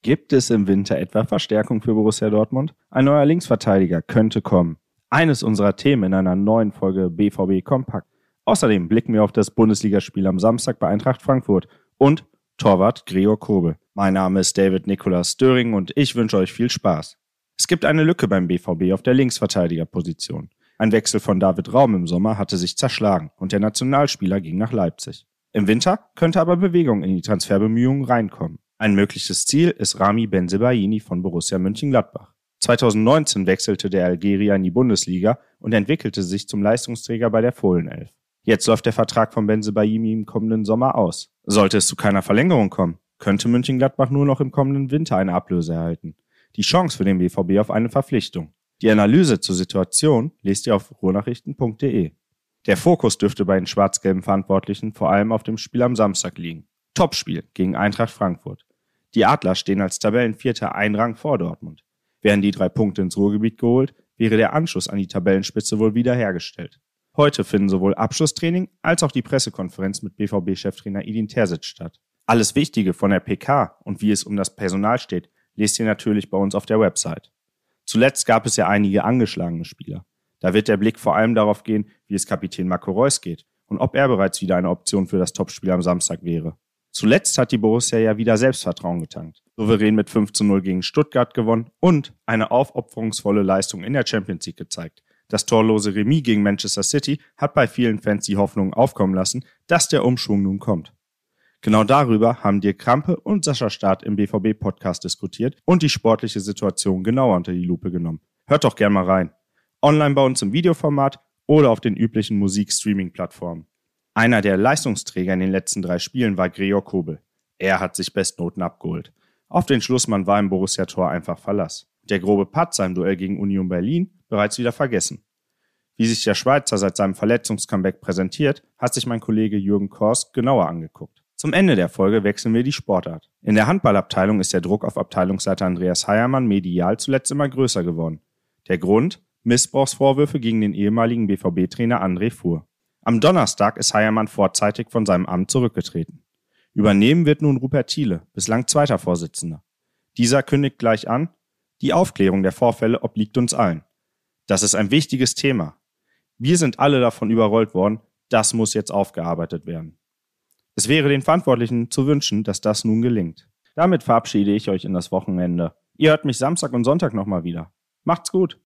Gibt es im Winter etwa Verstärkung für Borussia Dortmund? Ein neuer Linksverteidiger könnte kommen. Eines unserer Themen in einer neuen Folge BVB Kompakt. Außerdem blicken wir auf das Bundesligaspiel am Samstag bei Eintracht Frankfurt und Torwart Gregor Kobel. Mein Name ist David Nikolaus Döring und ich wünsche euch viel Spaß. Es gibt eine Lücke beim BVB auf der Linksverteidigerposition. Ein Wechsel von David Raum im Sommer hatte sich zerschlagen und der Nationalspieler ging nach Leipzig. Im Winter könnte aber Bewegung in die Transferbemühungen reinkommen. Ein mögliches Ziel ist Rami Bensebaini von Borussia Mönchengladbach. 2019 wechselte der Algerier in die Bundesliga und entwickelte sich zum Leistungsträger bei der Fohlenelf. Jetzt läuft der Vertrag von Bensebaini im kommenden Sommer aus. Sollte es zu keiner Verlängerung kommen, könnte Mönchengladbach nur noch im kommenden Winter eine Ablöse erhalten. Die Chance für den BVB auf eine Verpflichtung. Die Analyse zur Situation lest ihr auf ruhrnachrichten.de. Der Fokus dürfte bei den schwarz-gelben Verantwortlichen vor allem auf dem Spiel am Samstag liegen. Topspiel gegen Eintracht Frankfurt. Die Adler stehen als Tabellenvierter einen Rang vor Dortmund. Wären die 3 Punkte ins Ruhrgebiet geholt, wäre der Anschluss an die Tabellenspitze wohl wiederhergestellt. Heute finden sowohl Abschlusstraining als auch die Pressekonferenz mit BVB-Cheftrainer Edin Terzic statt. Alles Wichtige von der PK und wie es um das Personal steht, lest ihr natürlich bei uns auf der Website. Zuletzt gab es ja einige angeschlagene Spieler. Da wird der Blick vor allem darauf gehen, wie es Kapitän Marco Reus geht und ob er bereits wieder eine Option für das Topspiel am Samstag wäre. Zuletzt hat die Borussia ja wieder Selbstvertrauen getankt, souverän mit 5:0 gegen Stuttgart gewonnen und eine aufopferungsvolle Leistung in der Champions League gezeigt. Das torlose Remis gegen Manchester City hat bei vielen Fans die Hoffnung aufkommen lassen, dass der Umschwung nun kommt. Genau darüber haben Dirk Krampe und Sascha Staat im BVB-Podcast diskutiert und die sportliche Situation genauer unter die Lupe genommen. Hört doch gern mal rein. Online bei uns im Videoformat oder auf den üblichen Musik-Streaming-Plattformen. Einer der Leistungsträger in den letzten 3 Spielen war Gregor Kobel. Er hat sich Bestnoten abgeholt. Auf den Schlussmann war im Borussia-Tor einfach Verlass. Der grobe Patzer im Duell gegen Union Berlin bereits wieder vergessen. Wie sich der Schweizer seit seinem Verletzungscomeback präsentiert, hat sich mein Kollege Jürgen Korsk genauer angeguckt. Zum Ende der Folge wechseln wir die Sportart. In der Handballabteilung ist der Druck auf Abteilungsleiter Andreas Heiermann medial zuletzt immer größer geworden. Der Grund? Missbrauchsvorwürfe gegen den ehemaligen BVB-Trainer André Fuhr. Am Donnerstag ist Heiermann vorzeitig von seinem Amt zurückgetreten. Übernehmen wird nun Rupert Thiele, bislang 2. Vorsitzender. Dieser kündigt gleich an, die Aufklärung der Vorfälle obliegt uns allen. Das ist ein wichtiges Thema. Wir sind alle davon überrollt worden, das muss jetzt aufgearbeitet werden. Es wäre den Verantwortlichen zu wünschen, dass das nun gelingt. Damit verabschiede ich euch in das Wochenende. Ihr hört mich Samstag und Sonntag nochmal wieder. Macht's gut!